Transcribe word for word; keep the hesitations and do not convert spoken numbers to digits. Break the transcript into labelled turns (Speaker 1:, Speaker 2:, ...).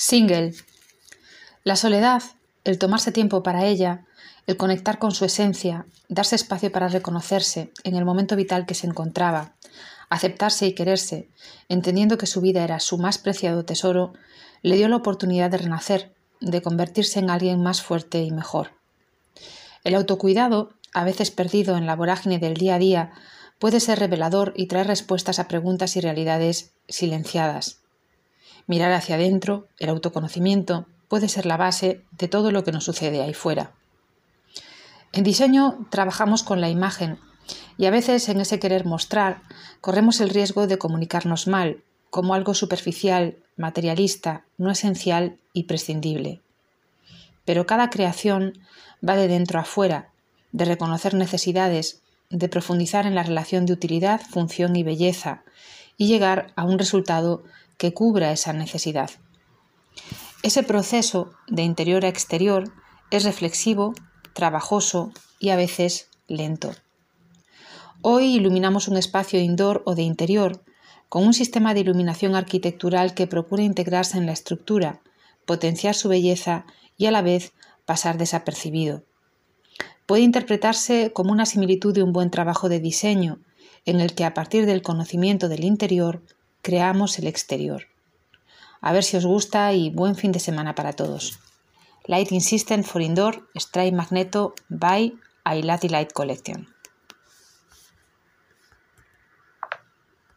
Speaker 1: Single. La soledad, el tomarse tiempo para ella, el conectar con su esencia, darse espacio para reconocerse en el momento vital que se encontraba, aceptarse y quererse, entendiendo que su vida era su más preciado tesoro, le dio la oportunidad de renacer, de convertirse en alguien más fuerte y mejor. El autocuidado, a veces perdido en la vorágine del día a día, puede ser revelador y traer respuestas a preguntas y realidades silenciadas. Mirar hacia adentro, el autoconocimiento, puede ser la base de todo lo que nos sucede ahí fuera. En diseño trabajamos con la imagen y a veces en ese querer mostrar corremos el riesgo de comunicarnos mal, como algo superficial, materialista, no esencial y prescindible. Pero cada creación va de dentro a fuera, de reconocer necesidades, de profundizar en la relación de utilidad, función y belleza y llegar a un resultado que cubra esa necesidad. Ese proceso de interior a exterior es reflexivo, trabajoso y a veces lento. Hoy iluminamos un espacio indoor o de interior con un sistema de iluminación arquitectural que procura integrarse en la estructura, potenciar su belleza y a la vez pasar desapercibido. Puede interpretarse como una similitud de un buen trabajo de diseño en el que a partir del conocimiento del interior creamos el exterior. A ver si os gusta y buen fin de semana para todos. Lighting System for Indoor Stray Magneto by Ailati Light Collection.